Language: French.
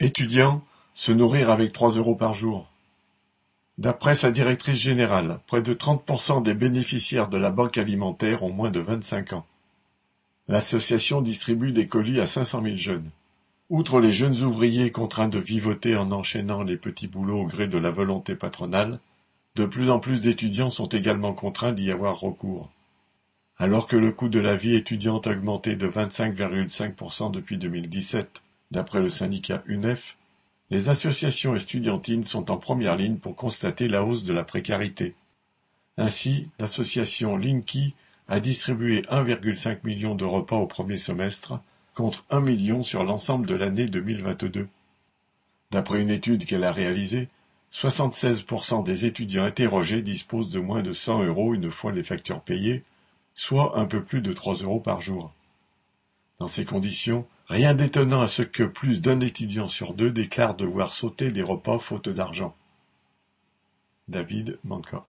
Étudiant, se nourrir avec 3 € par jour. D'après sa directrice générale, près de 30% des bénéficiaires de la banque alimentaire ont moins de 25 ans. L'association distribue des colis à 500 000 jeunes. Outre les jeunes ouvriers contraints de vivoter en enchaînant les petits boulots au gré de la volonté patronale, de plus en plus d'étudiants sont également contraints d'y avoir recours. Alors que le coût de la vie étudiante a augmenté de 25,5% depuis 2017, d'après le syndicat UNEF, les associations estudiantines sont en première ligne pour constater la hausse de la précarité. Ainsi, l'association Linky a distribué 1,5 million de repas au premier semestre, contre 1 million sur l'ensemble de l'année 2022. D'après une étude qu'elle a réalisée, 76% des étudiants interrogés disposent de moins de 100 € une fois les factures payées, soit un peu plus de 3 € par jour. Dans ces conditions, rien d'étonnant à ce que plus d'un étudiant sur deux déclare devoir sauter des repas faute d'argent. David Manka.